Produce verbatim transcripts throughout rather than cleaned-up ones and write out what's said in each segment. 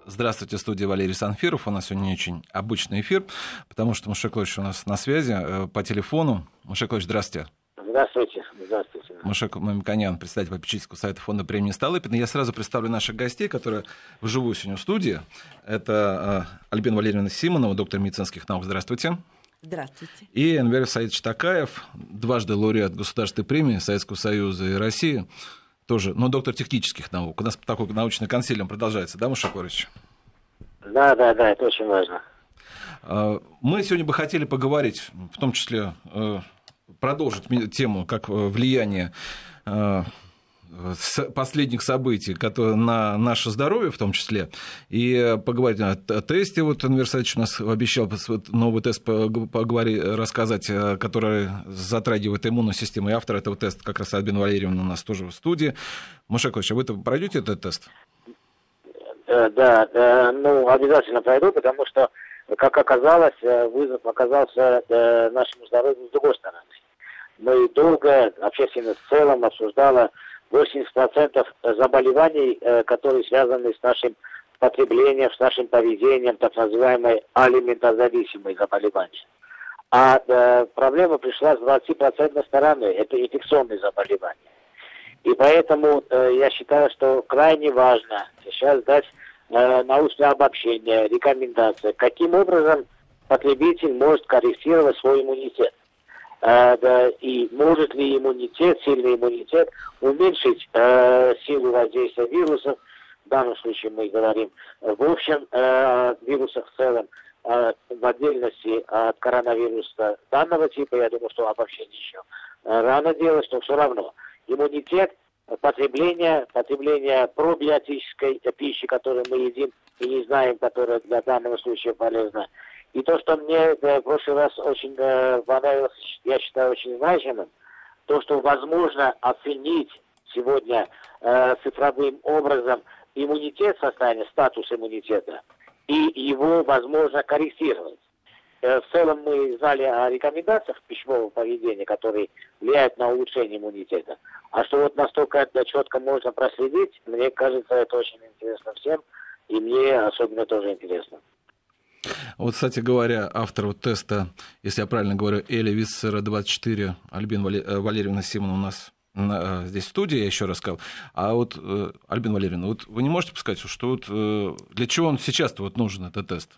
Здравствуйте, студия Валерий Санфиров. У нас сегодня не очень обычный эфир, потому что Мушек Лович у нас на связи э, по телефону. Мушек Лович, здравствуйте. Здравствуйте. Здравствуйте. Мушек Мамиканян, председатель попечительского совета фонда премии Столыпина. Я сразу представлю наших гостей, которые вживую сегодня в студии. Это э, Альбина Валерьевна Симонова, доктор медицинских наук. Здравствуйте. Здравствуйте. И Энвер Саидович Такаев, дважды лауреат государственной премии Советского Союза и России. Тоже, но доктор технических наук. У нас такой научный консилиум продолжается, да, Мушек Лович? Да, да, да, это очень важно. Мы сегодня бы хотели поговорить, в том числе продолжить тему, как влияние последних событий на наше здоровье, в том числе, и поговорить о тесте. Вот Энвер Саидович у нас обещал новый тест поговорить, рассказать, который затрагивает иммунную систему, и автор этого теста как раз Альбина Валерьевна у нас тоже в студии. Мушек Лович, а вы пройдете этот тест? Да, да, ну, обязательно пройду, потому что, как оказалось, вызов оказался нашему здоровью с другой стороны. Мы долго, общественность в целом обсуждала восемьдесят процентов заболеваний, которые связаны с нашим потреблением, с нашим поведением, так называемые алиментозависимые заболевания. А э, проблема пришла с двадцатипроцентной стороны, это инфекционные заболевания. И поэтому э, я считаю, что крайне важно сейчас дать э, научное обобщение, рекомендации, каким образом потребитель может корректировать свой иммунитет. Э, да, и может ли иммунитет, сильный иммунитет, уменьшить э, силу воздействия вирусов, в данном случае мы говорим в общем э, вирусах в целом, э, в отдельности от коронавируса данного типа, я думаю, что обобщение еще э, рано делать, но все равно. Иммунитет, потребление, потребление пробиотической пищи, которую мы едим и не знаем, которая для данного случая полезна. И то, что мне в прошлый раз очень э, понравилось, я считаю очень значимым, то, что возможно оценить сегодня э, цифровым образом иммунитет, состояние, статус иммунитета, и его возможно корректировать. Э, в целом мы знали о рекомендациях пищевого поведения, которые влияют на улучшение иммунитета. А что вот настолько это четко можно проследить, мне кажется, это очень интересно всем, и мне особенно тоже интересно. Вот, кстати говоря, автор вот теста, если я правильно говорю, Эли Виссера двадцать четыре, Альбина Валерьевна Симонова у нас на, здесь в студии, я еще раз сказал. А вот, Альбина Валерьевна, вот вы не можете сказать, что вот для чего он сейчас-то вот нужен, этот тест?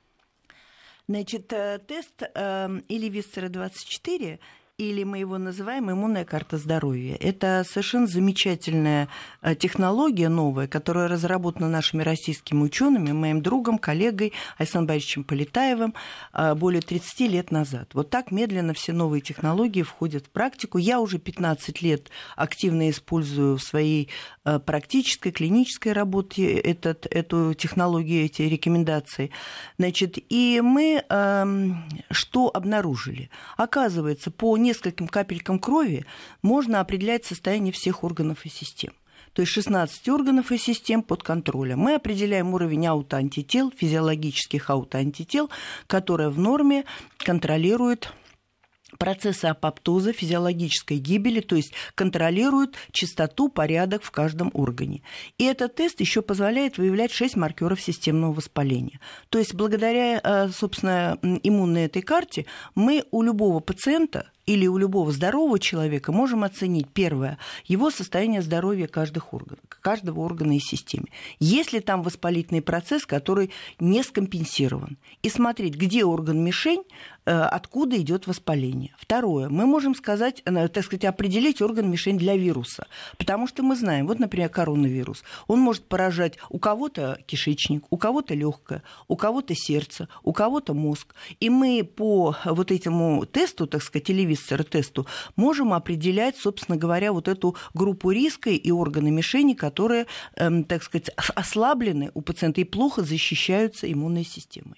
Значит, тест Эли Виссера двадцать четыре, или мы его называем иммунная карта здоровья. Это совершенно замечательная технология новая, которая разработана нашими российскими учеными, моим другом, коллегой Александром Борисовичем Полетаевым более тридцати лет назад. Вот так медленно все новые технологии входят в практику. Я уже пятнадцать лет активно использую в своей практической, клинической работе этот, эту технологию, эти рекомендации. Значит, и мы э, что обнаружили? Оказывается, по нескольким капелькам крови можно определять состояние всех органов и систем. То есть шестнадцать органов и систем под контролем. Мы определяем уровень аутоантител, физиологических аутоантител, которые в норме контролируют процессы апоптоза, физиологической гибели, то есть контролируют частоту, порядок в каждом органе. И этот тест еще позволяет выявлять шесть маркеров системного воспаления. То есть благодаря, собственно, иммунной этой карте мы у любого пациента или у любого здорового человека можем оценить, первое, его состояние здоровья каждых органов, каждого органа и системы. Есть ли там воспалительный процесс, который не скомпенсирован, и смотреть, где орган-мишень, откуда идет воспаление. Второе, мы можем сказать, так сказать, определить орган-мишень для вируса, потому что мы знаем, вот, например, коронавирус, он может поражать у кого-то кишечник, у кого-то легкое, у кого-то сердце, у кого-то мозг. И мы по вот этому тесту, так сказать, Эли-Виссера-тесту, можем определять, собственно говоря, вот эту группу риска и органы мишени, которые, эм, так сказать, ослаблены у пациента и плохо защищаются иммунной системой.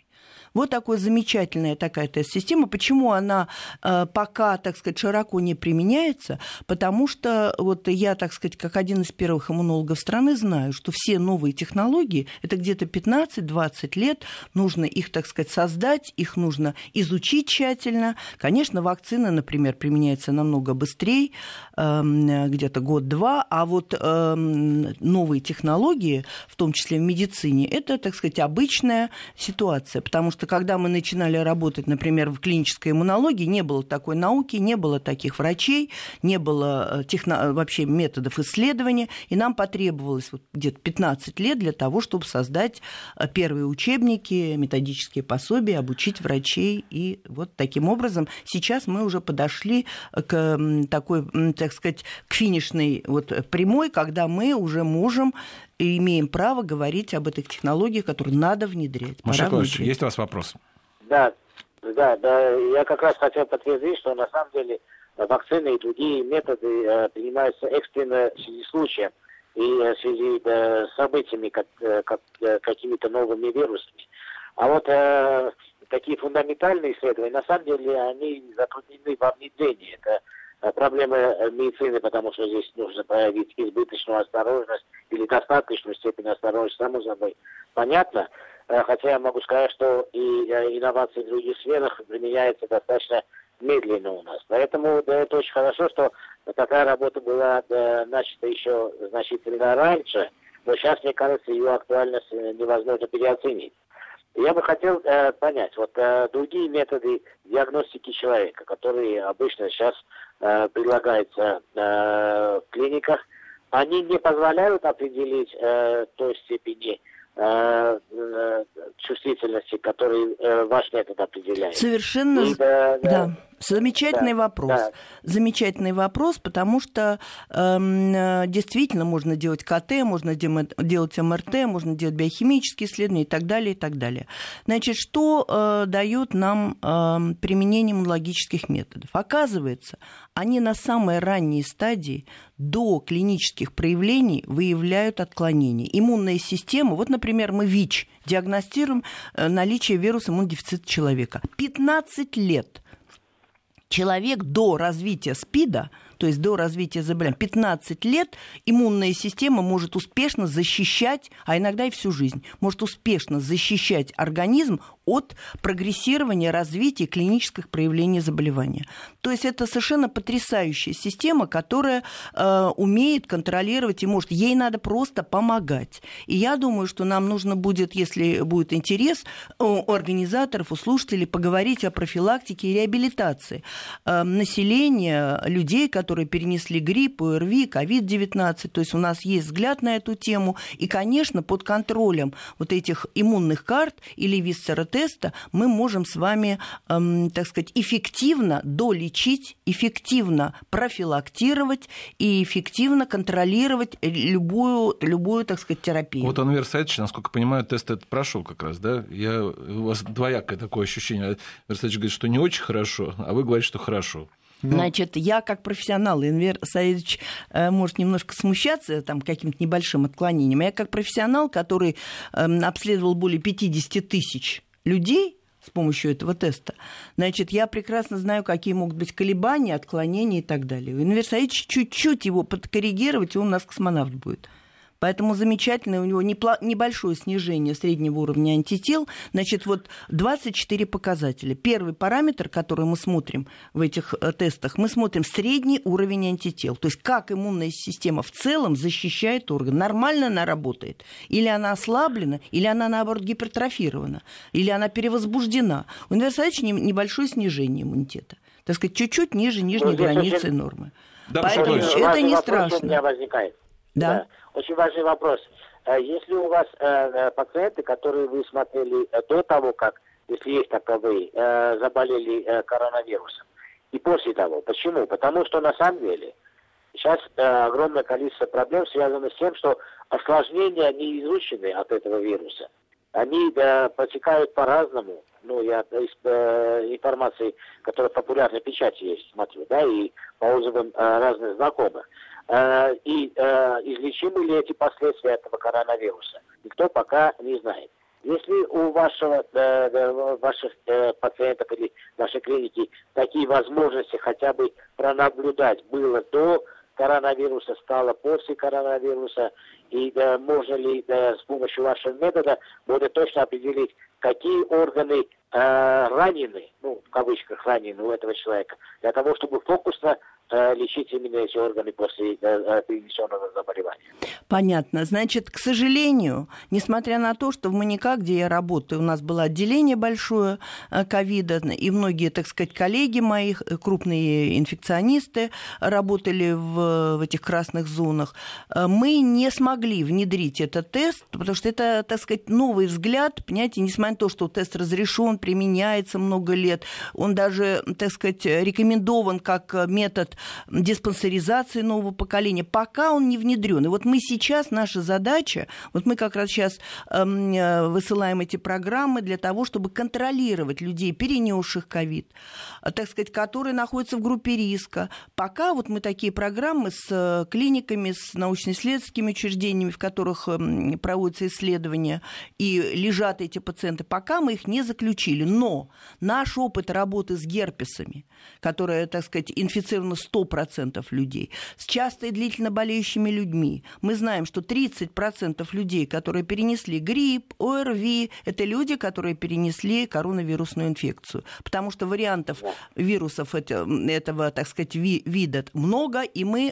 Вот такая замечательная такая тест-система. Почему она э, пока, так сказать, широко не применяется? Потому что вот я, так сказать, как один из первых иммунологов страны знаю, что все новые технологии, это где-то пятнадцать-двадцать лет, нужно их, так сказать, создать, их нужно изучить тщательно. Конечно, вакцина, например, применяется намного быстрее, э, где-то год-два, а вот э, новые технологии, в том числе в медицине, это, так сказать, обычная ситуация, потому что когда мы начинали работать, например, в клинической иммунологии, не было такой науки, не было таких врачей, не было техно... вообще методов исследования, и нам потребовалось вот где-то пятнадцать лет для того, чтобы создать первые учебники, методические пособия, обучить врачей, и вот таким образом сейчас мы уже подошли к такой, так сказать, к финишной вот прямой, когда мы уже можем и имеем право говорить об этих технологиях, которые надо внедрять. Маша Николаевич, есть у вас вопрос? Да, да, да. Я как раз хотел подтвердить, что на самом деле вакцины и другие методы э, принимаются экстренно в связи с случаем и э, в связи э, с событиями, как, э, как, э, какими-то новыми вирусами. А вот э, такие фундаментальные исследования, на самом деле, они затруднены во внедрении. Это проблемы медицины, потому что здесь нужно проявить избыточную осторожность или достаточную степень осторожности, само собой, понятно. Хотя я могу сказать, что и инновации в других сферах применяются достаточно медленно у нас. Поэтому да, это очень хорошо, что такая работа была да, начата еще значительно раньше, но сейчас, мне кажется, ее актуальность невозможно переоценить. Я бы хотел э, понять, вот э, другие методы диагностики человека, которые обычно сейчас э, предлагаются э, в клиниках, они не позволяют определить э, той степени э, э, чувствительности, которую э, ваш метод определяет. Совершенно, И, да, да. да. Замечательный да, вопрос. Да. Замечательный вопрос, потому что э, действительно можно делать КТ, можно делать МРТ, можно делать биохимические исследования и так далее, и так далее. Значит, что э, дает нам э, применение иммунологических методов? Оказывается, они на самой ранней стадии до клинических проявлений выявляют отклонения. Иммунная система, вот, например, мы ВИЧ диагностируем наличие вируса иммунодефицита человека. пятнадцать лет. Человек до развития СПИДа, то есть до развития заболевания, пятнадцать лет иммунная система может успешно защищать, а иногда и всю жизнь, может успешно защищать организм от прогрессирования, развития клинических проявлений заболевания. То есть это совершенно потрясающая система, которая э, умеет контролировать и может. Ей надо просто помогать. И я думаю, что нам нужно будет, если будет интерес у организаторов, у слушателей, поговорить о профилактике и реабилитации э, населения, людей, которые перенесли грипп, ОРВИ, ковид девятнадцать. То есть у нас есть взгляд на эту тему. И, конечно, под контролем вот этих иммунных карт или висцеротеста мы можем с вами, эм, так сказать, эффективно долечить, эффективно профилактировать и эффективно контролировать любую, любую, так сказать, терапию. Вот Анвер Саидович, насколько я понимаю, тест этот прошел как раз, да? Я, у вас двоякое такое ощущение. Анвер Саидович говорит, что не очень хорошо, а вы говорите, что хорошо. Ну. Значит, я как профессионал, Анвер Саидович э, может немножко смущаться там, каким-то небольшим отклонением. Я как профессионал, который э, обследовал более пятьдесят тысяч людей с помощью этого теста, значит, я прекрасно знаю, какие могут быть колебания, отклонения и так далее. У Анвера Саидовича чуть-чуть его подкоррегировать, и он у нас космонавт будет. Поэтому замечательное у него небольшое снижение среднего уровня антител. Значит, вот двадцать четыре показателя. Первый параметр, который мы смотрим в этих тестах, мы смотрим средний уровень антител. То есть как иммунная система в целом защищает орган. Нормально она работает? Или она ослаблена, или она, наоборот, гипертрофирована, или она перевозбуждена. У Анвера Саидовича небольшое снижение иммунитета. Так сказать, чуть-чуть ниже нижней ну, границы очень... нормы. Да, поэтому это не страшно. У меня возникает. Да. Да. Очень важный вопрос. Если у вас э, пациенты, которые вы смотрели до того, как, если есть таковые, э, заболели э, коронавирусом, и после того. Почему? Потому что на самом деле сейчас э, огромное количество проблем связано с тем, что осложнения не изучены от этого вируса. Они э, протекают по-разному. Ну, я из э, информации, которая в популярной печати есть, смотрю, да, и по отзывам э, разных знакомых. И э, излечимы ли эти последствия этого коронавируса, никто пока не знает. Если у вашего, э, ваших э, пациентов или вашей клиники такие возможности хотя бы пронаблюдать было до коронавируса, стало после коронавируса, и да, можно ли да, с помощью вашего метода более точно определить, какие органы э, ранены, ну, в кавычках ранены у этого человека, для того, чтобы фокусно э, лечить именно эти органы после э, перенесенного заболевания. Понятно. Значит, к сожалению, несмотря на то, что в МОНИКа, где я работаю, у нас было отделение большое ковида, и многие, так сказать, коллеги моих, крупные инфекционисты, работали в, в этих красных зонах, мы не смогли внедрить этот тест, потому что это, так сказать, новый взгляд, понимаете, несмотря на то, что тест разрешен, применяется много лет, он даже, так сказать, рекомендован как метод диспансеризации нового поколения, пока он не внедрен. И вот мы сейчас, наша задача, вот мы как раз сейчас э, высылаем эти программы для того, чтобы контролировать людей, перенесших ковид, так сказать, которые находятся в группе риска. Пока вот мы такие программы с клиниками, с научно-исследовательскими учреждениями, в которых проводятся исследования, и лежат эти пациенты, пока мы их не заключили. Но наш опыт работы с герпесами, которая, так сказать, инфицирована сто процентов людей, с часто и длительно болеющими людьми, мы знаем, что тридцать процентов людей, которые перенесли грипп, ОРВИ, это люди, которые перенесли коронавирусную инфекцию. Потому что вариантов вирусов этого, так сказать, вида много, и мы...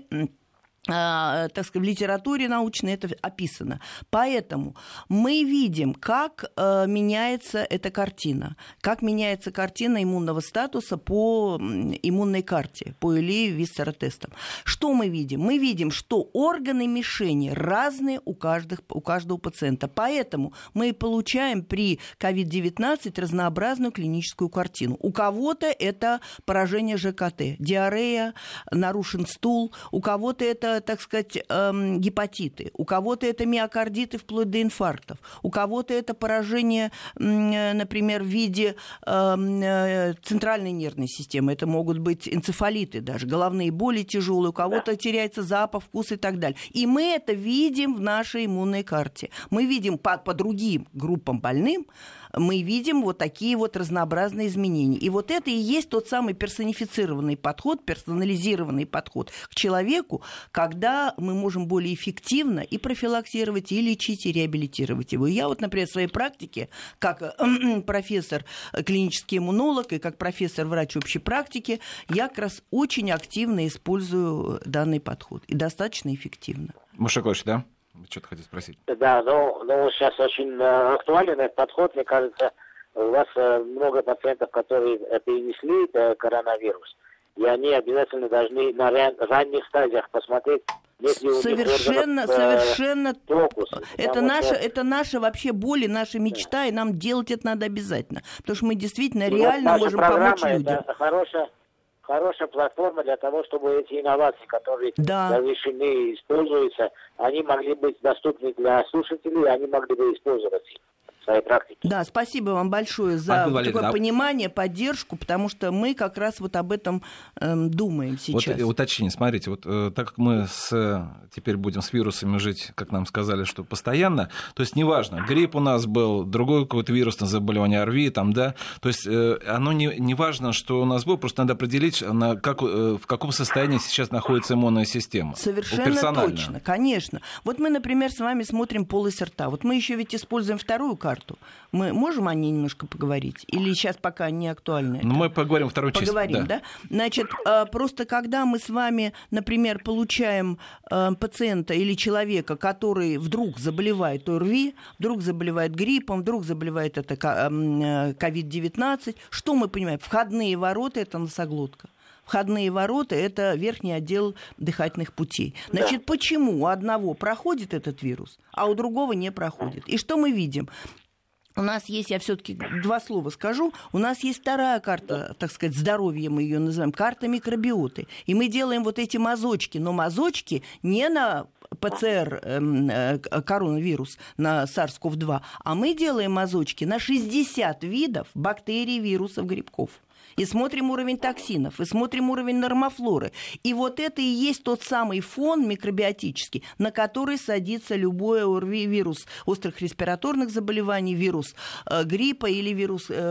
так сказать, в литературе научной это описано. Поэтому мы видим, как э, меняется эта картина, как меняется картина иммунного статуса по иммунной карте, по ЭЛИ-ВИС-тестам. Что мы видим? Мы видим, что органы мишени разные у, каждых, у каждого пациента. Поэтому мы получаем при ковид девятнадцать разнообразную клиническую картину. У кого-то это поражение ЖКТ, диарея, нарушен стул, у кого-то это, так сказать, эм, гепатиты, у кого-то это миокардиты вплоть до инфарктов, у кого-то это поражение, эм, например, в виде эм, э, центральной нервной системы, это могут быть энцефалиты даже, головные боли тяжелые, у кого-то теряется запах, вкус и так далее. И мы это видим в нашей иммунной карте. Мы видим по, по другим группам больным, мы видим вот такие вот разнообразные изменения. И вот это и есть тот самый персонифицированный подход, персонализированный подход к человеку, когда мы можем более эффективно и профилактировать, и лечить, и реабилитировать его. И я вот, например, в своей практике, как профессор клинический иммунолог и как профессор врач общей практики, я как раз очень активно использую данный подход. И достаточно эффективно. Мушакович, да? Вы что-то хотите спросить? Да, ну, ну сейчас очень э, актуален этот подход. Мне кажется, у вас э, много пациентов, которые э, перенесли э, коронавирус, и они обязательно должны на ран- ранних стадиях посмотреть, нет ли у совершенно, них органов, э, совершенно. фокус. Это наша, это наша вообще боль и наша мечта, да. И нам делать это надо обязательно, потому что мы действительно ну, реально вот можем помочь это людям. Хорошая, хорошая платформа для того, чтобы эти инновации, которые да. разрешены и используются, они могли быть доступны для слушателей, они могли бы использовать их в своей практике. Да, спасибо вам большое за Альбина такое Валерьевна, понимание, поддержку, потому что мы как раз вот об этом э, думаем сейчас. Вот уточнение, смотрите, вот э, так как мы с, теперь будем с вирусами жить, как нам сказали, что постоянно, то есть неважно, грипп у нас был, другой какой-то вирусное заболевание, ОРВИ, там, да, то есть э, оно не, не важно, что у нас было, просто надо определить, на как, э, в каком состоянии сейчас находится иммунная система. Совершенно точно, конечно. Вот мы, например, с вами смотрим полость рта. Вот мы еще ведь используем вторую карту. Мы можем о ней немножко поговорить? Или сейчас пока не актуально? Ну, мы поговорим второй части. Поговорим, да. да? Значит, просто когда мы с вами, например, получаем пациента или человека, который вдруг заболевает ОРВИ, вдруг заболевает гриппом, вдруг заболевает это ковид девятнадцать, что мы понимаем? Входные ворота – это носоглотка. Входные ворота – это верхний отдел дыхательных путей. Значит, да. Почему у одного проходит этот вирус, а у другого не проходит? И что мы видим? У нас есть, я все-таки два слова скажу, у нас есть вторая карта, так сказать, здоровья, мы ее называем, карта микробиоты. И мы делаем вот эти мазочки, но мазочки не на ПЦР э, коронавирус, на сарс ков два, а мы делаем мазочки на шестьдесят видов бактерий, вирусов, грибков. и смотрим уровень токсинов, и смотрим уровень нормофлоры. И вот это и есть тот самый фон микробиотический, на который садится любой вирус острых респираторных заболеваний, вирус э, гриппа или вирус э,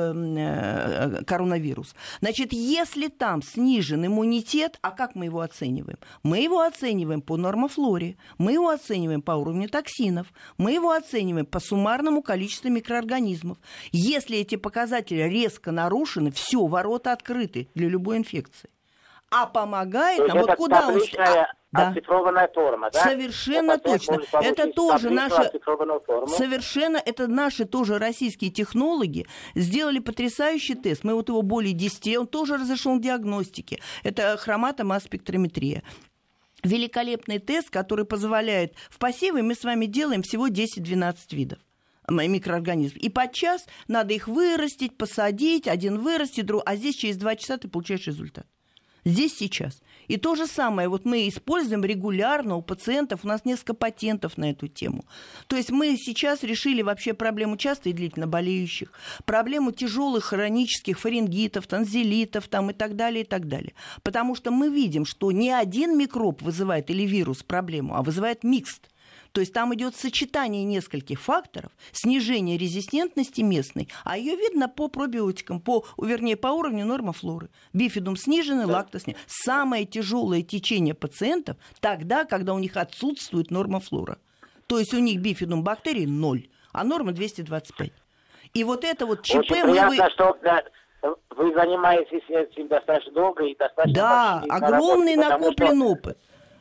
э, коронавирус. Значит, если там снижен иммунитет, а как мы его оцениваем? Мы его оцениваем по нормофлоре, мы его оцениваем по уровню токсинов, мы его оцениваем по суммарному количеству микроорганизмов. Если эти показатели резко нарушены, все, ворота открыты для любой инфекции. А помогает нам, вот куда он... Да. Оцифрованная форма, да? Совершенно точно. Это тоже наши, совершенно, это наши тоже российские технологи сделали потрясающий тест. Мы вот его более десяти лет, он тоже разрешен в диагностике. Это хроматомасс-спектрометрия. Великолепный тест, который позволяет в пассиве мы с вами делаем всего десять-двенадцать видов микроорганизмов. И подчас надо их вырастить, посадить, один вырастет, другой, а здесь через два часа ты получаешь результат. Здесь сейчас. И то же самое вот мы используем регулярно у пациентов, у нас несколько патентов на эту тему. То есть мы сейчас решили вообще проблему часто и длительно болеющих, проблему тяжелых хронических фарингитов, танзелитов там, и так далее, и так далее. Потому что мы видим, что не один микроб вызывает или вирус проблему, а вызывает микст. То есть там идет сочетание нескольких факторов, снижение резистентности местной, а ее видно по пробиотикам, по, вернее, по уровню нормофлоры. Бифидум сниженный, лактоз сниженный. Самое тяжелое течение пациентов тогда, когда у них отсутствует нормофлора. То есть у них бифидум бактерий ноль, а норма двести двадцать пять. И вот это вот ЧП... Очень приятно, мы... что вы занимаетесь этим достаточно долго и достаточно... Да, огромный накоплен что... опыт.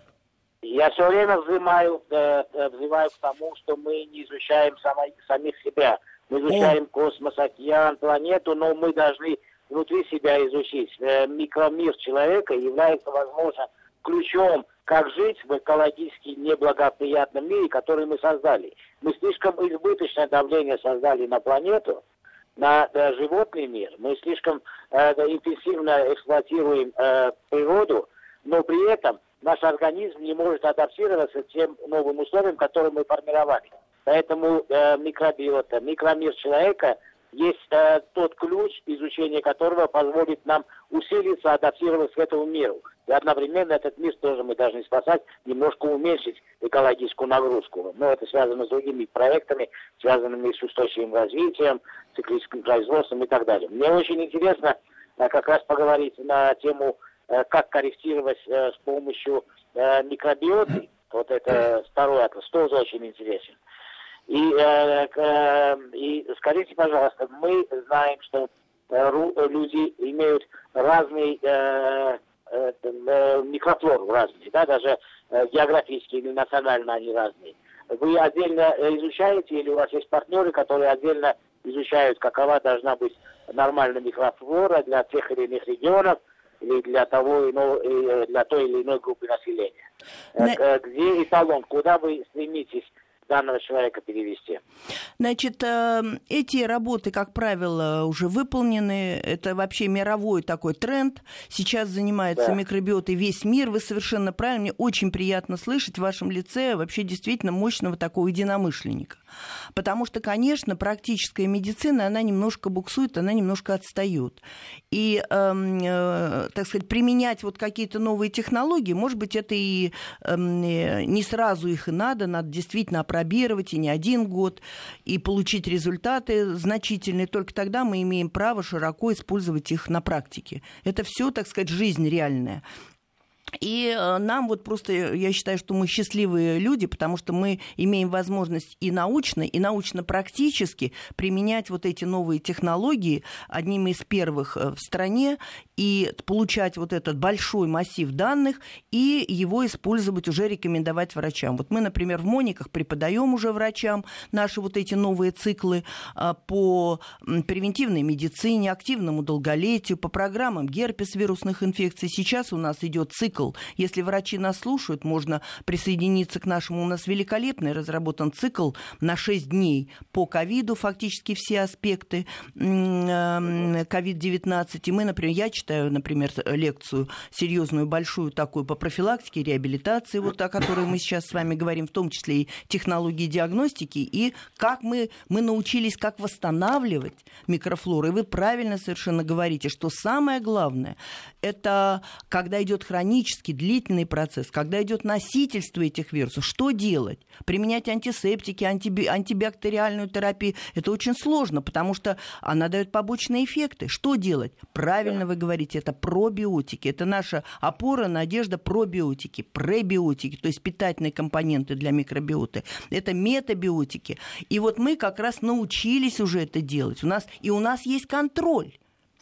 Я все время взываю, э, взываю к тому, что мы не изучаем само, самих себя. Мы изучаем космос, океан, планету, но мы должны внутри себя изучить. Э, микромир человека является, возможно, ключом, как жить в экологически неблагоприятном мире, который мы создали. Мы слишком избыточное давление создали на планету, на э, животный мир. Мы слишком э, интенсивно эксплуатируем э, природу, но при этом наш организм не может адаптироваться к тем новым условиям, которые мы формировали. Поэтому э, микробиота, микромир человека есть э, тот ключ, изучение которого позволит нам усилиться, адаптироваться к этому миру. И одновременно этот мир тоже мы должны спасать, немножко уменьшить экологическую нагрузку. Но это связано с другими проектами, связанными с устойчивым развитием, циклическим производством и так далее. Мне очень интересно э, как раз поговорить на тему, как корректировать э, с помощью э, микробиоты. Вот это второй атлас, тоже очень интересен. И, э, э, и скажите, пожалуйста, мы знаем, что э, люди имеют разные э, э, э, микрофлору, разные, да, даже э, географически или национально они разные. Вы отдельно изучаете или у вас есть партнеры, которые отдельно изучают, какова должна быть нормальная микрофлора для тех или иных регионов, или для того иного, для той или иной группы населения. На... Где эталон? Куда вы стремитесь данного человека перевести? Значит, эти работы, как правило, уже выполнены. Это вообще мировой такой тренд. Сейчас занимается да. микробиотой весь мир. Вы совершенно правильно. Мне очень приятно слышать в вашем лице вообще действительно мощного такого единомышленника. Потому что, конечно, практическая медицина, она немножко буксует, она немножко отстает. И, э, э, так сказать, применять вот какие-то новые технологии, может быть, это и э, не сразу их и надо, надо действительно опробировать, и не один год, и получить результаты значительные. Только тогда мы имеем право широко использовать их на практике. Это все, так сказать, жизнь реальная. И нам вот просто, я считаю, что мы счастливые люди, потому что мы имеем возможность и научно, и научно-практически применять вот эти новые технологии одними из первых в стране и получать вот этот большой массив данных и его использовать, уже рекомендовать врачам. Вот мы, например, в Мониках преподаем уже врачам наши вот эти новые циклы по превентивной медицине, активному долголетию, по программам герпес вирусных инфекций. Сейчас у нас идет цикл цикл. Если врачи нас слушают, можно присоединиться к нашему. У нас великолепный разработан цикл на шесть дней по ковиду, фактически все аспекты ковид девятнадцать. И мы, например, я читаю, например, лекцию серьезную, большую такую по профилактике, реабилитации, вот о которой мы сейчас с вами говорим, в том числе и технологии диагностики, и как мы, мы научились, как восстанавливать микрофлору. И вы правильно совершенно говорите, что самое главное, это когда идет хронический, длительный процесс, когда идет носительство этих вирусов, что делать? Применять антисептики, антиби- антибактериальную терапию. Это очень сложно, потому что она дает побочные эффекты. Что делать? Правильно вы говорите, это пробиотики. Это наша опора, надежда, пробиотики, пребиотики, то есть питательные компоненты для микробиоты. Это метабиотики. И вот мы как раз научились уже это делать. У нас, и у нас есть контроль.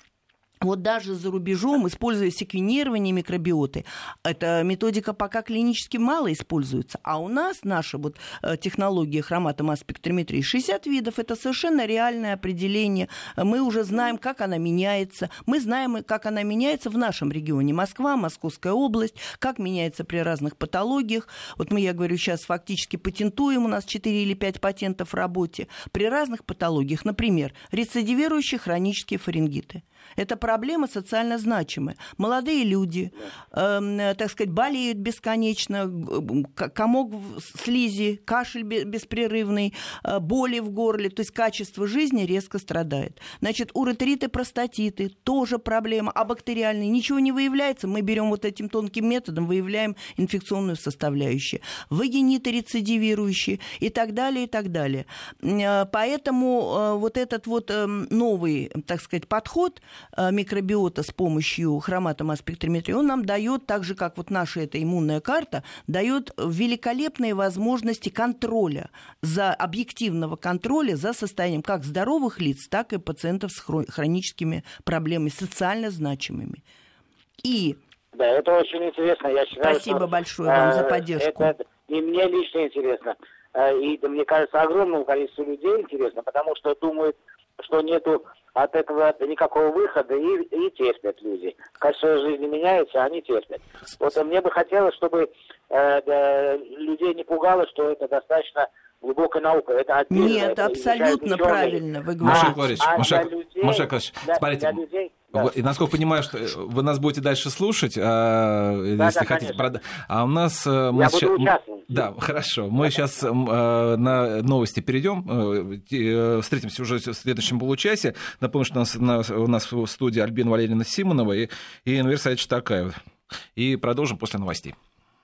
Вот даже за рубежом, используя секвенирование микробиоты, эта методика пока клинически мало используется. А у нас наша вот технология хроматомасс-спектрометрии шестьдесят видов, это совершенно реальное определение. Мы уже знаем, как она меняется. Мы знаем, как она меняется в нашем регионе. Москва, Московская область, как меняется при разных патологиях. Вот мы, я говорю, сейчас фактически патентуем, у нас четыре или пять патентов в работе. При разных патологиях, например, рецидивирующие хронические фарингиты. Это проблема социально значимая. Молодые люди, э, так сказать, болеют бесконечно, комок в слизи, кашель беспрерывный, э, боли в горле, то есть качество жизни резко страдает. Значит, уретериты, простатиты тоже проблема, а бактериальные ничего не выявляется. Мы берем вот этим тонким методом, выявляем инфекционную составляющую. Вагиниты рецидивирующие и так далее, и так далее. Поэтому э, вот этот вот э, новый, так сказать, подход микробиота с помощью хроматомасс-спектрометрии, он нам дает, так же, как вот наша эта иммунная карта, дает великолепные возможности контроля, за, объективного контроля за состоянием как здоровых лиц, так и пациентов с хроническими проблемами, социально значимыми. И... Да, это очень интересно. Я считаю, Спасибо что, большое вам за поддержку. Это и мне лично интересно. И, мне кажется, огромному количеству людей интересно, потому что думают, что нету от этого никакого выхода, и, и терпят люди. Качество жизни меняется, они терпят. Вот мне бы хотелось, чтобы э, да, людей не пугало, что это достаточно глубокая наука. Это отдельно. Нет, это абсолютно правильно вы говорите. Маша Кларич, а Маша, людей, Маша Кларич, для, смотрите, для людей, да. И насколько понимаю, что вы нас будете дальше слушать, а, да, если да, хотите. Конечно. А у нас... Мы Я сейчас... буду участвовать. Да, хорошо. Мы да. сейчас а, на новости перейдем. Встретимся уже в следующем получасе. Напомню, что у нас, на, у нас в студии Альбина Валерьевна Симонова и, и Энвер Саидович Токаев. И продолжим после новостей.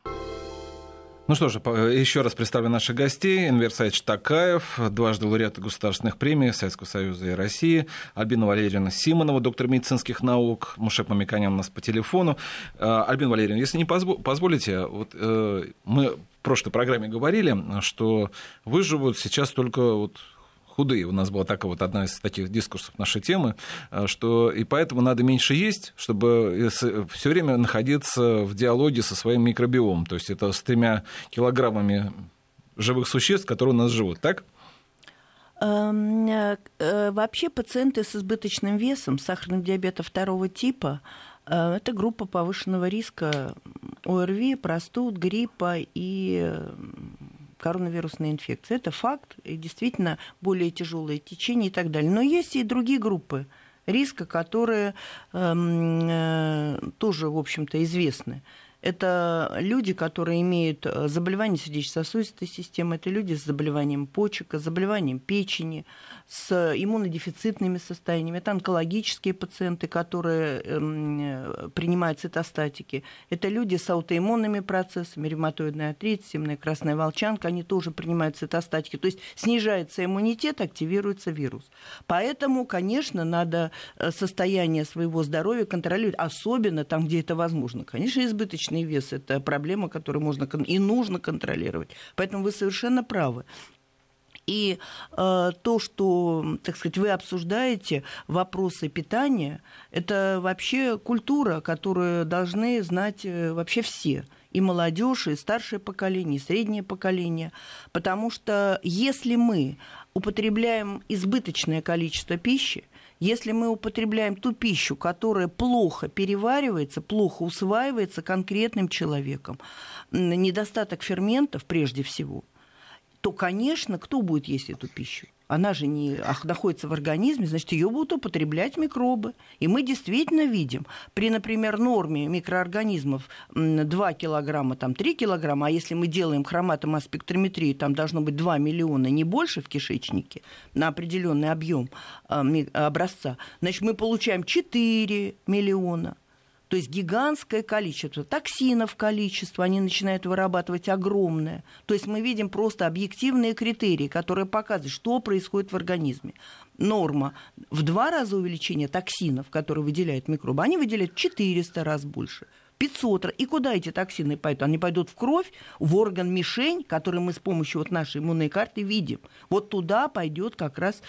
Ну что же, еще раз представлю наших гостей. Энвер Саидович Токаев, дважды лауреат государственных премий Советского Союза и России. Альбина Валерьевна Симонова, доктор медицинских наук. Мушек Мамиканян у нас по телефону. Альбина Валерьевна, если не позволите, вот мы в прошлой программе говорили, что выживут сейчас только вот худые. У нас была такая вот одна из таких дискурсов нашей темы, что и поэтому надо меньше есть, чтобы все время находиться в диалоге со своим микробиомом. То есть это с тремя килограммами живых существ, которые у нас живут, так? Вообще пациенты с избыточным весом, сахарным диабетом второго типа, это группа повышенного риска ОРВИ, простуд, гриппа и коронавирусной инфекции. Это факт, и действительно более тяжелые течения и так далее. Но есть и другие группы риска, которые э, тоже, в общем-то, известны. Это люди, которые имеют заболевания сердечно-сосудистой системы, это люди с заболеванием почек, с заболеванием печени, с иммунодефицитными состояниями, это онкологические пациенты, которые э, принимают цитостатики, это люди с аутоиммунными процессами, ревматоидный артрит, семейная красная волчанка, они тоже принимают цитостатики, то есть снижается иммунитет, активируется вирус. Поэтому, конечно, надо состояние своего здоровья контролировать, особенно там, где это возможно. Конечно, избыточный вес – это проблема, которую можно и нужно контролировать. Поэтому вы совершенно правы. И э, то, что, так сказать, вы обсуждаете вопросы питания, это вообще культура, которую должны знать вообще все. И молодежь, и старшее поколение, и среднее поколение. Потому что если мы употребляем избыточное количество пищи, Если мы употребляем ту пищу, которая плохо переваривается, плохо усваивается конкретным человеком, недостаток ферментов прежде всего, то, конечно, кто будет есть эту пищу? Она же не находится в организме, значит, ее будут употреблять микробы. И мы действительно видим, при, например, норме микроорганизмов два килограмма, там, три килограмма, а если мы делаем хроматомасс-спектрометрию, там должно быть два миллиона, не больше в кишечнике, на определенный объем образца, значит, мы получаем четыре миллиона. То есть гигантское количество токсинов, количество, они начинают вырабатывать огромное. То есть мы видим просто объективные критерии, которые показывают, что происходит в организме. Норма в два раза увеличение токсинов, которые выделяют микробы, они выделяют в четыреста раз больше. пятьсот раз. И куда эти токсины пойдут? Они пойдут в кровь, в орган-мишень, который мы с помощью вот нашей иммунной карты видим. Вот туда пойдет как раз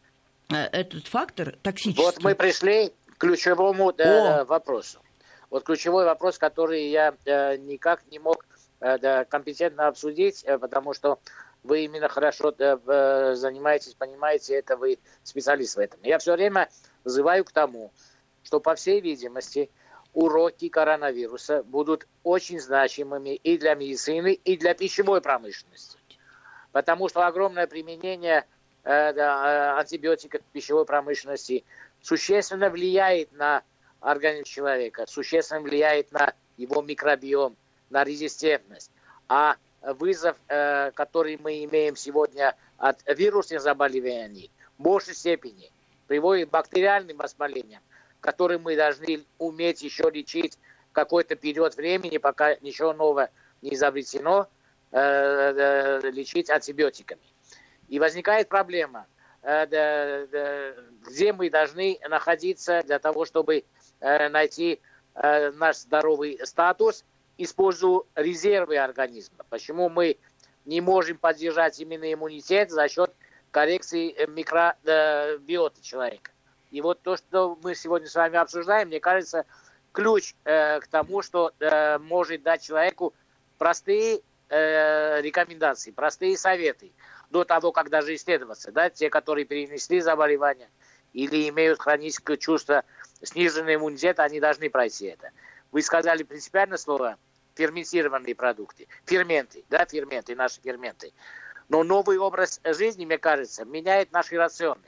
этот фактор токсический. Вот мы пришли к ключевому да, вопросу. Вот ключевой вопрос, который я э, никак не мог э, да, компетентно обсудить, э, потому что вы именно хорошо э, занимаетесь, понимаете это, вы специалист в этом. Я все время взываю к тому, что, по всей видимости, уроки коронавируса будут очень значимыми и для медицины, и для пищевой промышленности. Потому что огромное применение э, да, антибиотиков в пищевой промышленности существенно влияет на организм человека, существенно влияет на его микробиом, на резистентность. А вызов, э, который мы имеем сегодня от вирусных заболеваний, в большей степени приводит к бактериальным воспалениям, которые мы должны уметь еще лечить какой-то период времени, пока ничего нового не изобретено, э, э, лечить антибиотиками. И возникает проблема, э, э, э, где мы должны находиться для того, чтобы найти э, наш здоровый статус, используя резервы организма. Почему мы не можем поддержать именно иммунитет за счет коррекции микробиоты человека. И вот то, что мы сегодня с вами обсуждаем, мне кажется, ключ э, к тому, что э, может дать человеку простые э, рекомендации, простые советы до того, как даже исследоваться. Да? Те, которые перенесли заболевание или имеют хроническое чувство сниженного иммунитета, они должны пройти это. Вы сказали принципиальное слово ферментированные продукты, ферменты, да, ферменты, наши ферменты. Но новый образ жизни, мне кажется, меняет наши рационы.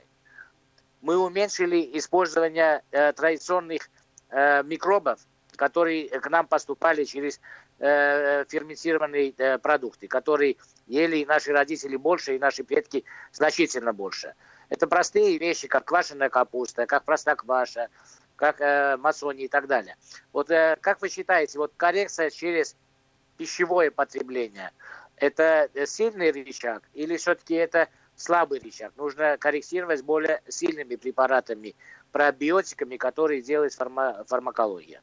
Мы уменьшили использование э, традиционных э, микробов, которые к нам поступали через э, ферментированные э, продукты, которые ели наши родители больше и наши предки значительно больше. Это простые вещи, как квашеная капуста, как простокваша, как э, масони и так далее. Вот э, как вы считаете, вот коррекция через пищевое потребление – это сильный рычаг или все-таки это слабый рычаг? Нужно корректировать более сильными препаратами, пробиотиками, которые делает фарма- фармакология.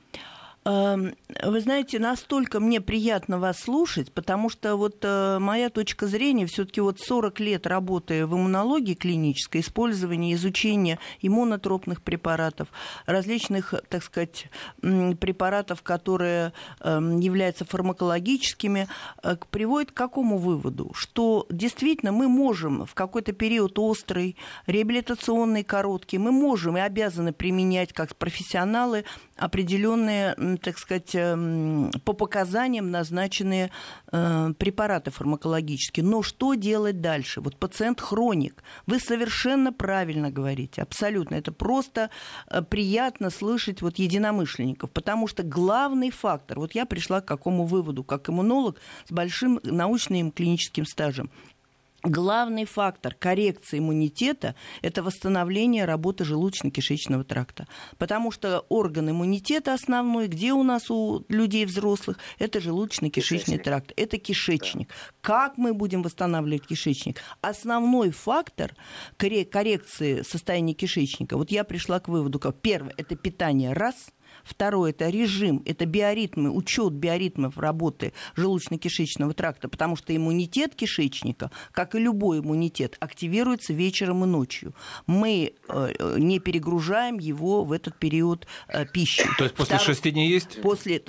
Вы знаете, настолько мне приятно вас слушать, потому что вот э, моя точка зрения, все-таки вот сорок лет работы в иммунологии клинической, использования, изучения иммунотропных препаратов, различных, так сказать, препаратов, которые э, являются фармакологическими, э, приводит к какому выводу? Что действительно мы можем в какой-то период острый, реабилитационный, короткий, мы можем и обязаны применять как профессионалы определенные, так сказать, по показаниям назначенные препараты фармакологические. Но что делать дальше? Вот пациент хроник. Вы совершенно правильно говорите, абсолютно. Это просто приятно слышать вот единомышленников, потому что главный фактор, вот я пришла к какому выводу, как иммунолог с большим научным клиническим стажем. Главный фактор коррекции иммунитета – это восстановление работы желудочно-кишечного тракта. Потому что орган иммунитета основной, где у нас у людей взрослых, это желудочно-кишечный кишечник. тракт, это кишечник. Да. Как мы будем восстанавливать кишечник? Основной фактор коррекции состояния кишечника, вот я пришла к выводу, как первое – это питание, раз – второе – это режим, это биоритмы, учет биоритмов работы желудочно-кишечного тракта, потому что иммунитет кишечника, как и любой иммунитет, активируется вечером и ночью. Мы э, не перегружаем его в этот период э, пищи. То есть после Второе, шести дней есть? После, то есть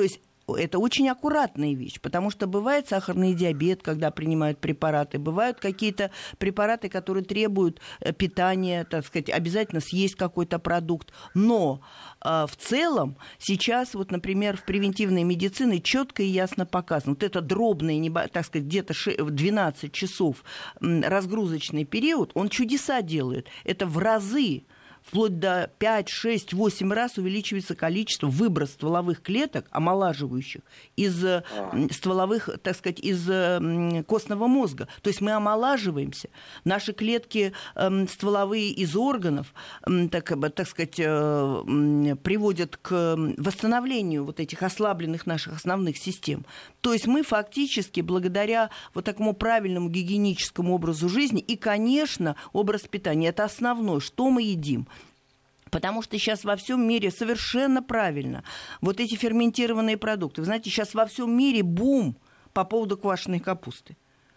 это очень аккуратная вещь, потому что бывает сахарный диабет, когда принимают препараты, бывают какие-то препараты, которые требуют питания, так сказать, обязательно съесть какой-то продукт. Но э, в целом сейчас, вот, например, в превентивной медицине четко и ясно показано, вот это дробный, так сказать, где-то двенадцать часов разгрузочный период, он чудеса делает. Это в разы, вплоть до пять, шесть, восемь раз увеличивается количество выброс стволовых клеток, омолаживающих, из а. стволовых, так сказать, из костного мозга. То есть мы омолаживаемся. Наши клетки э, стволовые из органов, э, так, так сказать, э, приводят к восстановлению вот этих ослабленных наших основных систем. То есть мы фактически, благодаря вот такому правильному гигиеническому образу жизни и, конечно, образ питания, это основное, что мы едим. Потому что сейчас во всем мире совершенно правильно вот эти ферментированные продукты. Вы знаете, сейчас во всем мире бум по поводу квашеной капусты.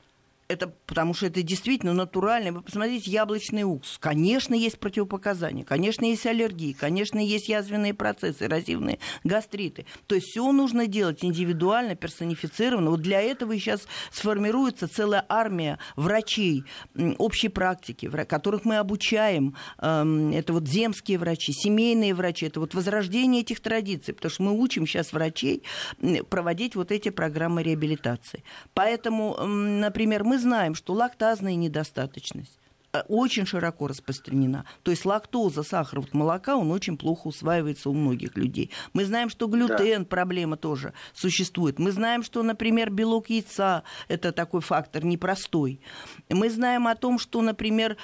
Это потому что это действительно натурально. Вы посмотрите, яблочный уксус. Конечно, есть противопоказания, конечно, есть аллергии, конечно, есть язвенные процессы, эрозивные гастриты. То есть все нужно делать индивидуально, персонифицированно. Вот для этого и сейчас сформируется целая армия врачей общей практики, которых мы обучаем. Это вот земские врачи, семейные врачи. Это вот возрождение этих традиций, потому что мы учим сейчас врачей проводить вот эти программы реабилитации. Поэтому, например, мы Мы знаем, что лактазная недостаточность очень широко распространена. То есть лактоза, сахар вот молока, он очень плохо усваивается у многих людей. Мы знаем, что глютен, да. проблема тоже существует. Мы знаем, что, например, белок яйца – это такой фактор непростой. Мы знаем о том, что, например,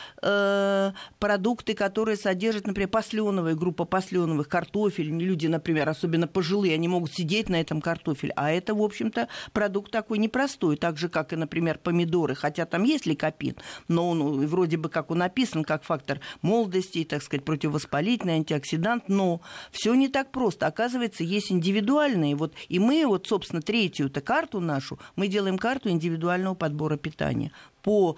э, продукты, которые содержат, например, посленовая группа посленовых, картофель, люди, например, особенно пожилые, они могут сидеть на этом картофеле, а это, в общем-то, продукт такой непростой, так же, как и, например, помидоры, хотя там есть ликопин, но он вроде бы как он написан, как фактор молодости, так сказать, противовоспалительный, антиоксидант, но все не так просто. Оказывается, есть индивидуальные. Вот, и мы, вот, собственно, третью-то карту нашу, мы делаем карту индивидуального подбора питания по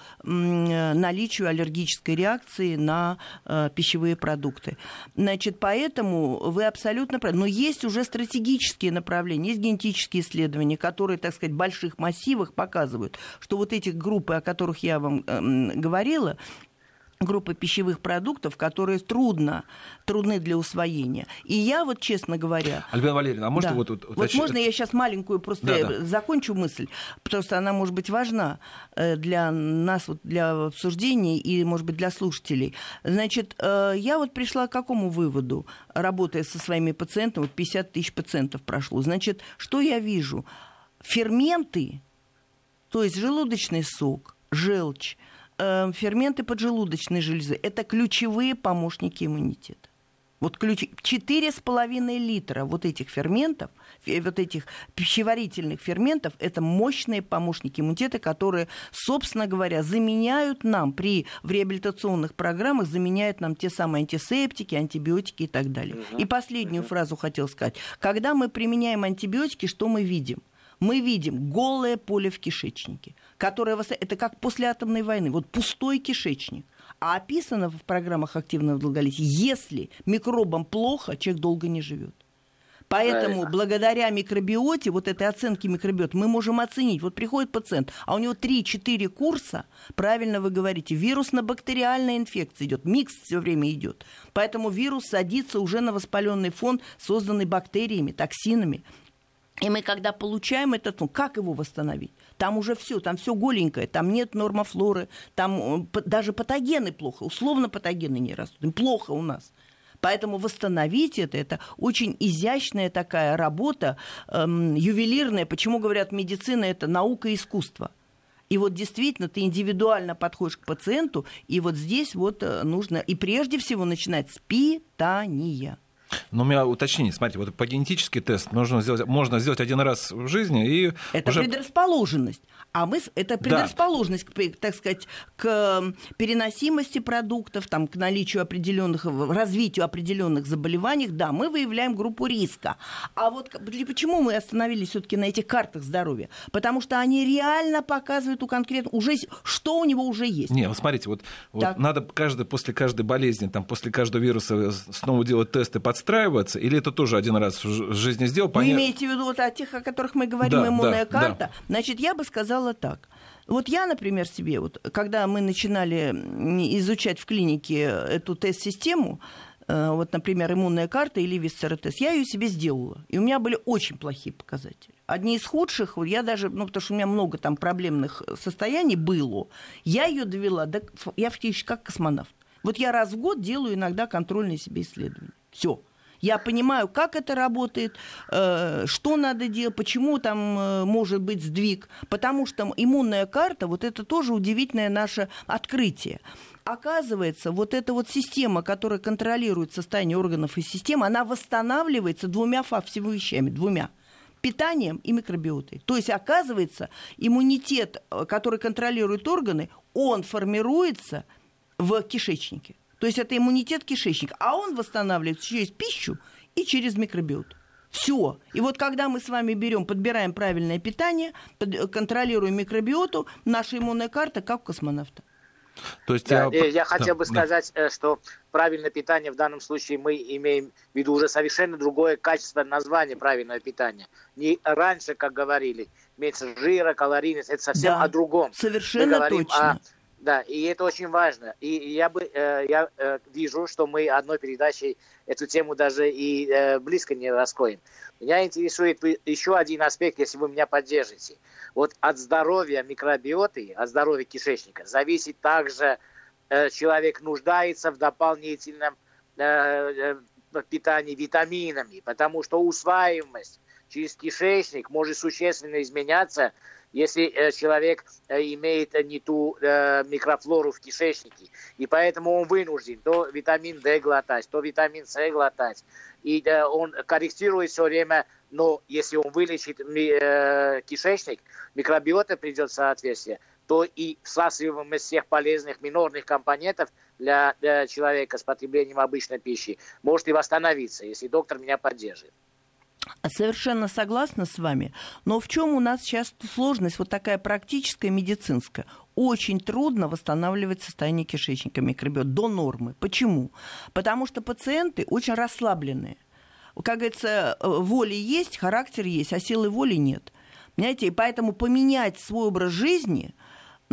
наличию аллергической реакции на э, пищевые продукты. Значит, поэтому вы абсолютно правы. Но есть уже стратегические направления, есть генетические исследования, которые, так сказать, в больших массивах показывают, что вот эти группы, о которых я вам э, говорила, группы пищевых продуктов, которые трудно, трудны для усвоения. И я вот, честно говоря... Альбина Валерьевна, а можно да. вот... Вот, вот уточ... можно я сейчас маленькую просто да, да. закончу мысль, потому что она может быть важна для нас, вот, для обсуждения и, может быть, для слушателей. Значит, я вот пришла к какому выводу, работая со своими пациентами, вот пятьдесят тысяч пациентов прошло. Значит, что я вижу? Ферменты, то есть желудочный сок, желчь, ферменты поджелудочной железы – это ключевые помощники иммунитета. Вот ключ... четыре с половиной литра вот этих ферментов, вот этих пищеварительных ферментов – это мощные помощники иммунитета, которые, собственно говоря, заменяют нам при в реабилитационных программах, заменяют нам те самые антисептики, антибиотики и так далее. Uh-huh. И последнюю uh-huh. фразу хотел сказать. Когда мы применяем антибиотики, что мы видим? Мы видим голое поле в кишечнике, которое это как после атомной войны, вот пустой кишечник. А описано в программах активного долголетия, если микробам плохо, человек долго не живет. Поэтому благодаря микробиоте, вот этой оценке микробиота, мы можем оценить. Вот приходит пациент, а у него три-четыре курса, правильно вы говорите, вирусно-бактериальная инфекция идет, микс все время идет. Поэтому вирус садится уже на воспаленный фон, созданный бактериями, токсинами. И мы, когда получаем этот, ну, как его восстановить? Там уже все, там все голенькое, там нет нормофлоры, там даже патогены плохо, условно патогены не растут, плохо у нас. Поэтому восстановить это, это очень изящная такая работа, эм, ювелирная. Почему говорят, медицина – это наука и искусство? И вот действительно ты индивидуально подходишь к пациенту, и вот здесь вот нужно, и прежде всего начинать с питания. Но у меня уточнение, смотрите, вот по генетический тест можно сделать, можно сделать один раз в жизни и это уже... предрасположенность. А мы, это предрасположенность, да. к, так сказать, к переносимости продуктов, там, к наличию определенных, развитию определенных заболеваний. Да, мы выявляем группу риска. А вот почему мы остановились все-таки на этих картах здоровья? Потому что они реально показывают у конкретного, уже, что у него уже есть. Не, вот смотрите, вот, вот надо каждый, после каждой болезни, там, после каждого вируса снова делать тесты, подсматривать, отстраиваться, или это тоже один раз в жизни сделал? Вы Поня... имеете в виду вот о тех, о которых мы говорим, да, иммунная да, карта? Да. Значит, я бы сказала так. Вот я, например, себе, вот, когда мы начинали изучать в клинике эту тест-систему, вот, например, иммунная карта или ВИС-ЦР-тест, я ее себе сделала. И у меня были очень плохие показатели. Одни из худших, я даже, ну, потому что у меня много там проблемных состояний было, я ее довела, до, я фактически как космонавт. Вот я раз в год делаю иногда контрольные себе исследования. Все. Я понимаю, как это работает, что надо делать, почему там может быть сдвиг. Потому что иммунная карта, вот это тоже удивительное наше открытие. Оказывается, вот эта вот система, которая контролирует состояние органов и систем, она восстанавливается двумя всего вещами, двумя. Питанием и микробиотой. То есть, оказывается, иммунитет, который контролирует органы, он формируется в кишечнике. То есть это иммунитет кишечника, а он восстанавливается через пищу и через микробиоту. Все. И вот когда мы с вами берем, подбираем правильное питание, контролируем микробиоту, наша иммунная карта как у космонавта. То есть да, я... я хотел да, бы сказать, да. что правильное питание в данном случае мы имеем в виду уже совершенно другое качество названия правильного питания. Не раньше, как говорили, меньше жира, калорийность, это совсем да, о другом. Совершенно точно. О... Да, и это очень важно. И я бы э, я э, вижу, что мы одной передачей эту тему даже и э, близко не раскроем. Меня интересует еще один аспект, если вы меня поддержите. Вот от здоровья микробиоты, от здоровья кишечника зависит также, э, человек нуждается в дополнительном э, э, питании витаминами, потому что усваиваемость через кишечник может существенно изменяться, если э, человек э, имеет э, не ту э, микрофлору в кишечнике. И поэтому он вынужден то витамин D глотать, то витамин С глотать. И э, он корректирует все время, но если он вылечит э, кишечник, микробиота придет в соответствие, то и всасываемость всех полезных минорных компонентов для, для человека с потреблением обычной пищи может и восстановиться, если доктор меня поддержит. Совершенно согласна с вами. Но в чем у нас сейчас сложность, вот такая практическая, медицинская? Очень трудно восстанавливать состояние кишечника микробиота до нормы. Почему? Потому что пациенты очень расслабленные. Как говорится, воли есть, характер есть, а силы воли нет. Понимаете? И поэтому поменять свой образ жизни –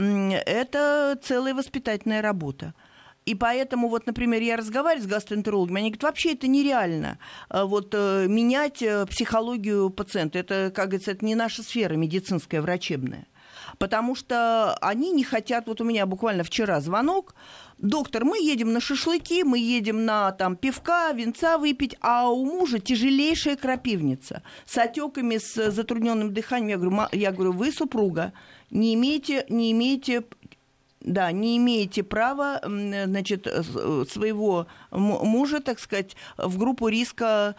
это целая воспитательная работа. И поэтому, вот, например, я разговариваю с гастроэнтерологами, они говорят, вообще это нереально, вот, менять психологию пациента. Это, как говорится, это не наша сфера медицинская, врачебная. Потому что они не хотят... Вот у меня буквально вчера звонок. Доктор, мы едем на шашлыки, мы едем на там, пивка, винца выпить, а у мужа тяжелейшая крапивница с отеками, с затрудненным дыханием. Я говорю, я говорю, вы супруга, не имеете... Не имеете Да, не имеете права, значит, своего мужа, так сказать, в группу риска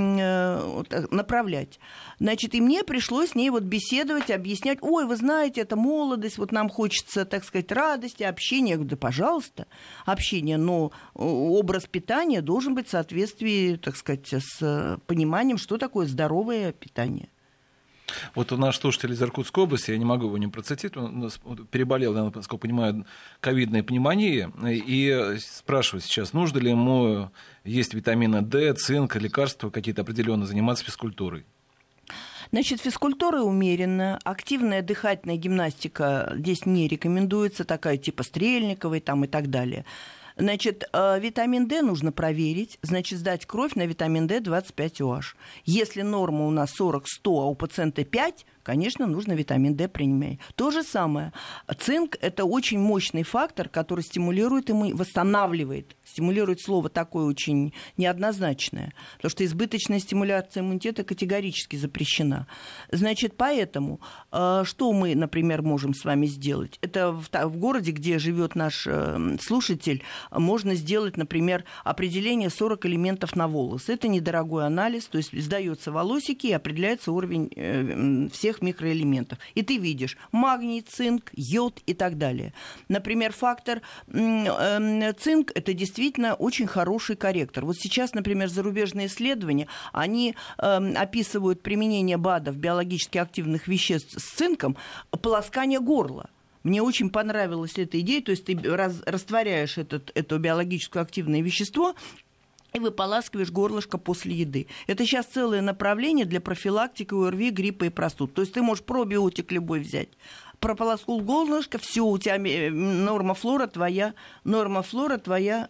направлять. Значит, и мне пришлось с ней вот беседовать, объяснять, ой, вы знаете, это молодость, вот нам хочется, так сказать, радости, общения. Я говорю, да, пожалуйста, общение, но образ питания должен быть в соответствии, так сказать, с пониманием, что такое здоровое питание. Вот у нас слушатель из Иркутской области, я не могу его не процитировать, он переболел, насколько понимаю, ковидной пневмонией, и спрашивает сейчас, нужно ли ему есть витамина D, цинк, лекарства какие-то определенные, заниматься физкультурой? Значит, физкультура умеренно, активная дыхательная гимнастика здесь не рекомендуется, такая типа Стрельниковой там, и так далее. Значит, витамин D нужно проверить, значит, сдать кровь на витамин D двадцать пять о эйч. Если норма у нас сорок сто, а у пациента пять, конечно, нужно витамин D принимать. То же самое. Цинк – это очень мощный фактор, который стимулирует и восстанавливает. Стимулирует слово такое очень неоднозначное, потому что избыточная стимуляция иммунитета категорически запрещена. Значит, поэтому что мы, например, можем с вами сделать? Это в, в городе, где живет наш слушатель, можно сделать, например, определение сорок элементов на волос. Это недорогой анализ, то есть сдаются волосики и определяется уровень всех микроэлементов. И ты видишь магний, цинк, йод и так далее. Например, фактор цинк – это действительно очень хороший корректор. Вот сейчас, например, зарубежные исследования, они описывают применение БАДов, биологически активных веществ с цинком, полоскание горла. Мне очень понравилась эта идея, то есть ты раз, растворяешь этот, это биологически активное вещество, и выполаскиваешь горлышко после еды. Это сейчас целое направление для профилактики ОРВИ, гриппа и простуд. То есть ты можешь пробиотик любой взять, прополоскал горлышко, все, у тебя норма флора твоя, норма флора твоя.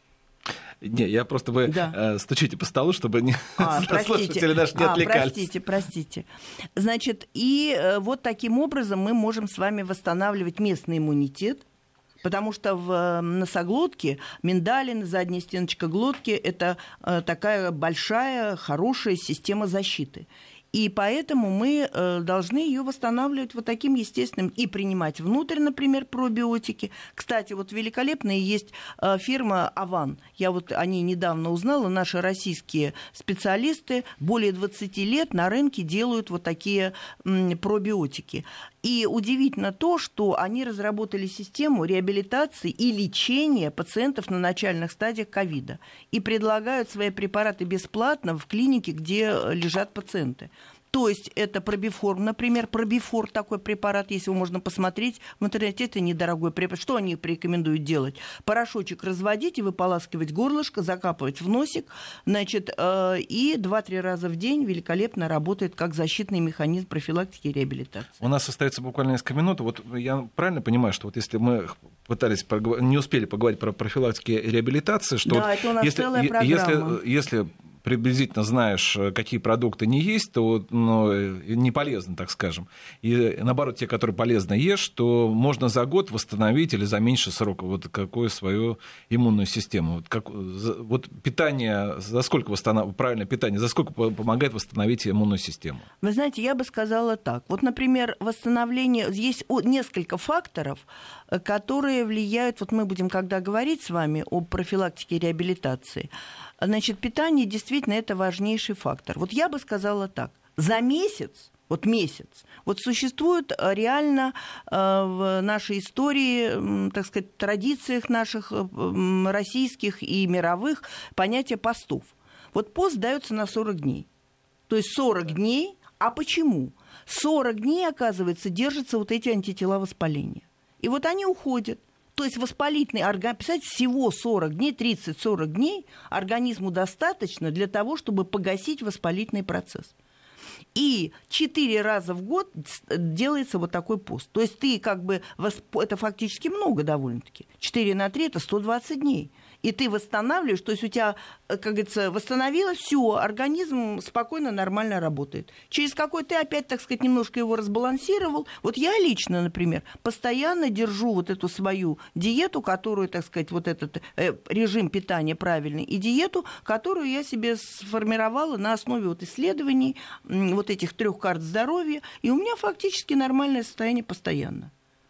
Не, я просто вы да. э, стучите по столу, чтобы не а, слушатели наши не а, отвлекались. Простите, простите. Значит, и э, вот таким образом мы можем с вами восстанавливать местный иммунитет, потому что в носоглотке миндалин, задняя стеночка глотки – это э, такая большая, хорошая система защиты. И поэтому мы э, должны ее восстанавливать вот таким естественным и принимать внутрь, например, пробиотики. Кстати, вот великолепная есть э, фирма «Аван». Я вот о ней недавно узнала. Наши российские специалисты более двадцати лет на рынке делают вот такие м, пробиотики. И удивительно то, что они разработали систему реабилитации и лечения пациентов на начальных стадиях ковида и предлагают свои препараты бесплатно в клинике, где лежат пациенты. То есть это пробиформ, например, пробифор такой препарат, если его можно посмотреть в интернете, это недорогой препарат. Что они рекомендуют делать? Порошочек разводить и выполаскивать горлышко, закапывать в носик, значит, э, и два-три раза в день великолепно работает как защитный механизм профилактики и реабилитации. У нас остается буквально несколько минут. Вот я правильно понимаю, что вот если мы пытались поговор... не успели поговорить про профилактику и реабилитацию, что да, вот это у нас если, целая программа. Если, если приблизительно знаешь, какие продукты не есть, то ну, не полезно, так скажем. И наоборот, те, которые полезно ешь, то можно за год восстановить или за меньший срок вот какую свою иммунную систему. Вот, как, вот питание, за сколько восстанов... правильное питание, за сколько помогает восстановить иммунную систему? Вы знаете, я бы сказала так. Вот, например, восстановление... Есть несколько факторов, которые влияют... Вот мы будем, когда говорить с вами о профилактике и реабилитации, значит, питание действительно это важнейший фактор. Вот я бы сказала так. За месяц, вот месяц, вот существует реально э, в нашей истории, э, так сказать, традициях наших э, российских и мировых понятие постов. Вот пост дается на сорок дней. То есть сорок дней. А почему? сорок дней, оказывается, держатся вот эти антитела воспаления. И вот они уходят. То есть воспалительный организм, представляете, всего сорок дней, тридцать-сорок дней организму достаточно для того, чтобы погасить воспалительный процесс. И четыре раза в год делается вот такой пост. То есть ты как бы, это фактически много довольно-таки. четыре на три – это сто двадцать дней. И ты восстанавливаешь, то есть у тебя, как говорится, восстановилось, все, организм спокойно, нормально работает. Через какой ты опять, так сказать, немножко его разбалансировал. Вот я лично, например, постоянно держу вот эту свою диету, которую, так сказать, вот этот э, режим питания правильный, и диету, которую я себе сформировала на основе вот исследований э, вот этих трех карт здоровья, и у меня фактически нормальное состояние постоянно.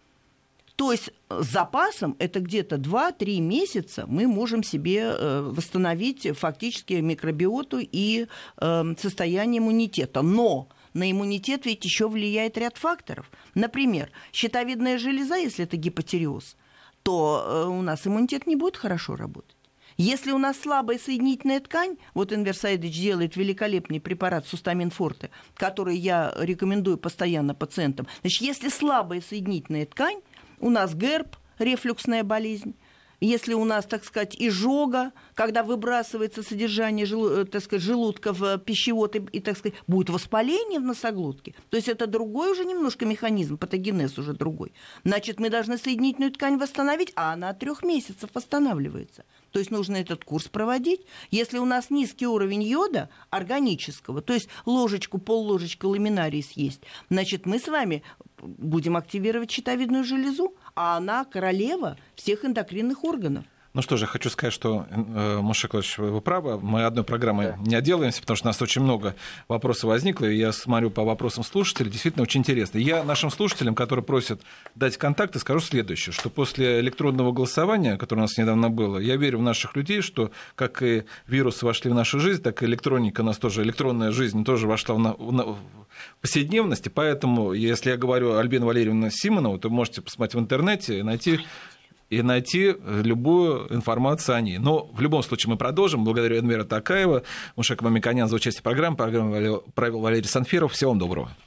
То есть с запасом это где-то два-три месяца мы можем себе восстановить фактически микробиоту и состояние иммунитета. Но на иммунитет ведь еще влияет ряд факторов. Например, щитовидная железа, если это гипотиреоз, то у нас иммунитет не будет хорошо работать. Если у нас слабая соединительная ткань, вот Инверсайдыч делает великолепный препарат Сустамин Форте, который я рекомендую постоянно пациентам. Значит, если слабая соединительная ткань, у нас герпес, рефлюксная болезнь. Если у нас, так сказать, изжога, когда выбрасывается содержание желу, так сказать, желудка в пищевод, и, и, так сказать, будет воспаление в носоглотке. То есть это другой уже немножко механизм, патогенез уже другой. Значит, мы должны соединительную ткань восстановить, а она от трех месяцев восстанавливается. То есть нужно этот курс проводить. Если у нас низкий уровень йода органического, то есть ложечку, пол-ложечка ламинарии съесть, значит, мы с вами будем активировать щитовидную железу, а она королева всех эндокринных органов. Ну что же, хочу сказать, что, Мушек Николаевич, вы правы, мы одной программой да. не отделаемся, потому что у нас очень много вопросов возникло, и я смотрю по вопросам слушателей, действительно очень интересно. Я нашим слушателям, которые просят дать контакты, скажу следующее, что после электронного голосования, которое у нас недавно было, я верю в наших людей, что как и вирусы вошли в нашу жизнь, так и электроника у нас тоже, электронная жизнь тоже вошла в, на, в повседневность, и поэтому, если я говорю Альбина Валерьевна Симонова, то можете посмотреть в интернете и найти... и найти любую информацию о ней. Но в любом случае мы продолжим. Благодарю Энвера Токаева, Мушек Мамиканян за участие в программе. Программу провел Валерий Санфиров. Всего вам доброго.